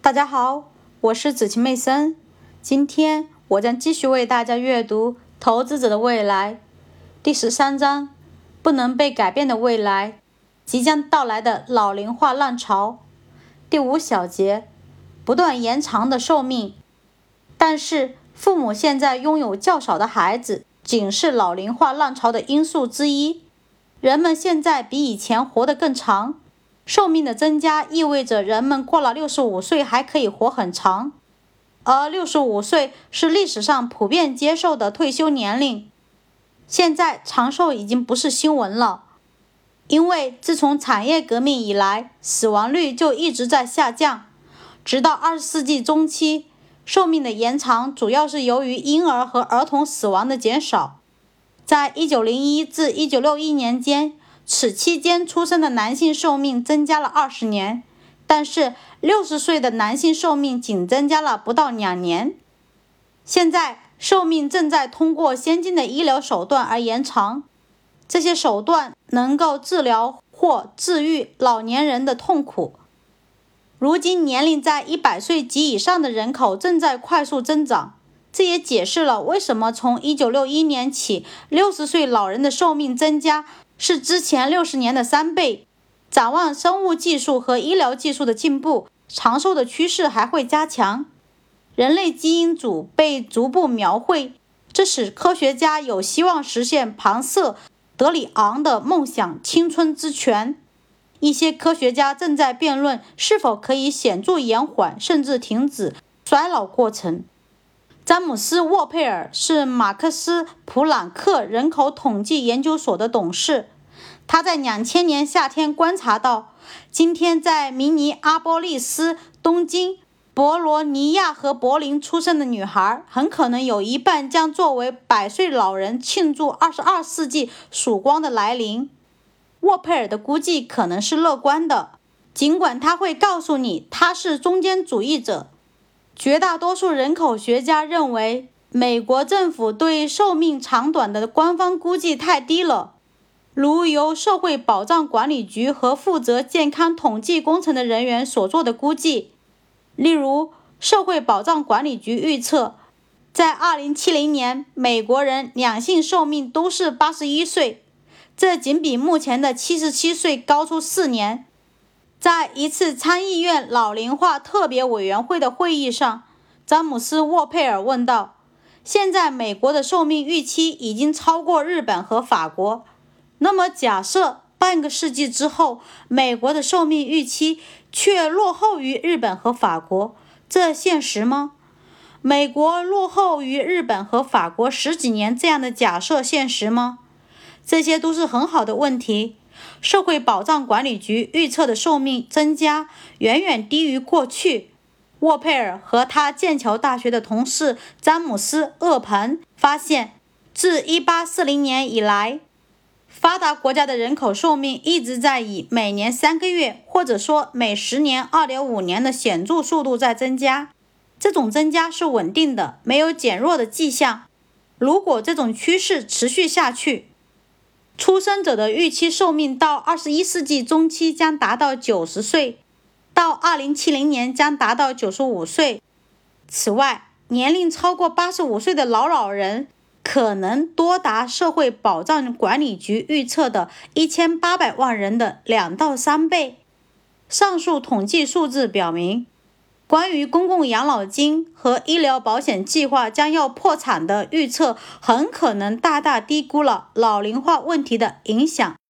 大家好，我是子晴妹森。今天我将继续为大家阅读《投资者的未来》第13章，不能被改变的未来，即将到来的老龄化浪潮。第5小节，不断延长的寿命。但是父母现在拥有较少的孩子，仅是老龄化浪潮的因素之一。人们现在比以前活得更长。寿命的增加意味着人们过了65岁还可以活很长，而65岁是历史上普遍接受的退休年龄。现在长寿已经不是新闻了，因为自从产业革命以来，死亡率就一直在下降。直到20世纪中期，寿命的延长主要是由于婴儿和儿童死亡的减少。在1901至1961年间，此期间出生的男性寿命增加了20年，但是60岁的男性寿命仅增加了不到2年。现在寿命正在通过先进的医疗手段而延长，这些手段能够治疗或治愈老年人的痛苦。如今年龄在100岁及以上的人口正在快速增长，这也解释了为什么从1961年起60岁老人的寿命增加是之前60年的3倍。展望生物技术和医疗技术的进步，长寿的趋势还会加强。人类基因组被逐步描绘，这使科学家有希望实现庞瑟·德里昂的梦想青春之泉。一些科学家正在辩论是否可以显著延缓甚至停止衰老过程。詹姆斯·沃佩尔是马克思·普朗克人口统计研究所的董事。他在2000年夏天观察到，今天在明尼阿波利斯、东京、博罗尼亚和柏林出生的女孩，很可能有一半将作为100岁老人庆祝22世纪曙光的来临。沃佩尔的估计可能是乐观的，尽管他会告诉你他是中间主义者。绝大多数人口学家认为，美国政府对寿命长短的官方估计太低了，如由社会保障管理局和负责健康统计工程的人员所做的估计。例如，社会保障管理局预测，在2070年，美国人两性寿命都是81岁，这仅比目前的77岁高出4年。在一次参议院老龄化特别委员会的会议上，詹姆斯·沃佩尔问道，现在美国的寿命预期已经超过日本和法国，那么假设半个世纪之后，美国的寿命预期却落后于日本和法国，这现实吗？美国落后于日本和法国10几年，这样的假设现实吗？这些都是很好的问题。社会保障管理局预测的寿命增加远远低于过去。沃佩尔和他剑桥大学的同事詹姆斯·厄彭发现，自1840年以来，发达国家的人口寿命一直在以每年3个月，或者说每10年 2.5 年的显著速度在增加。这种增加是稳定的，没有减弱的迹象。如果这种趋势持续下去，出生者的预期寿命到21世纪中期将达到90岁，到2070年将达到95岁。此外，年龄超过85岁的老人可能多达社会保障管理局预测的1800万人的2到3倍。上述统计数字表明，关于公共养老金和医疗保险计划将要破产的预测很可能大大低估了老龄化问题的影响。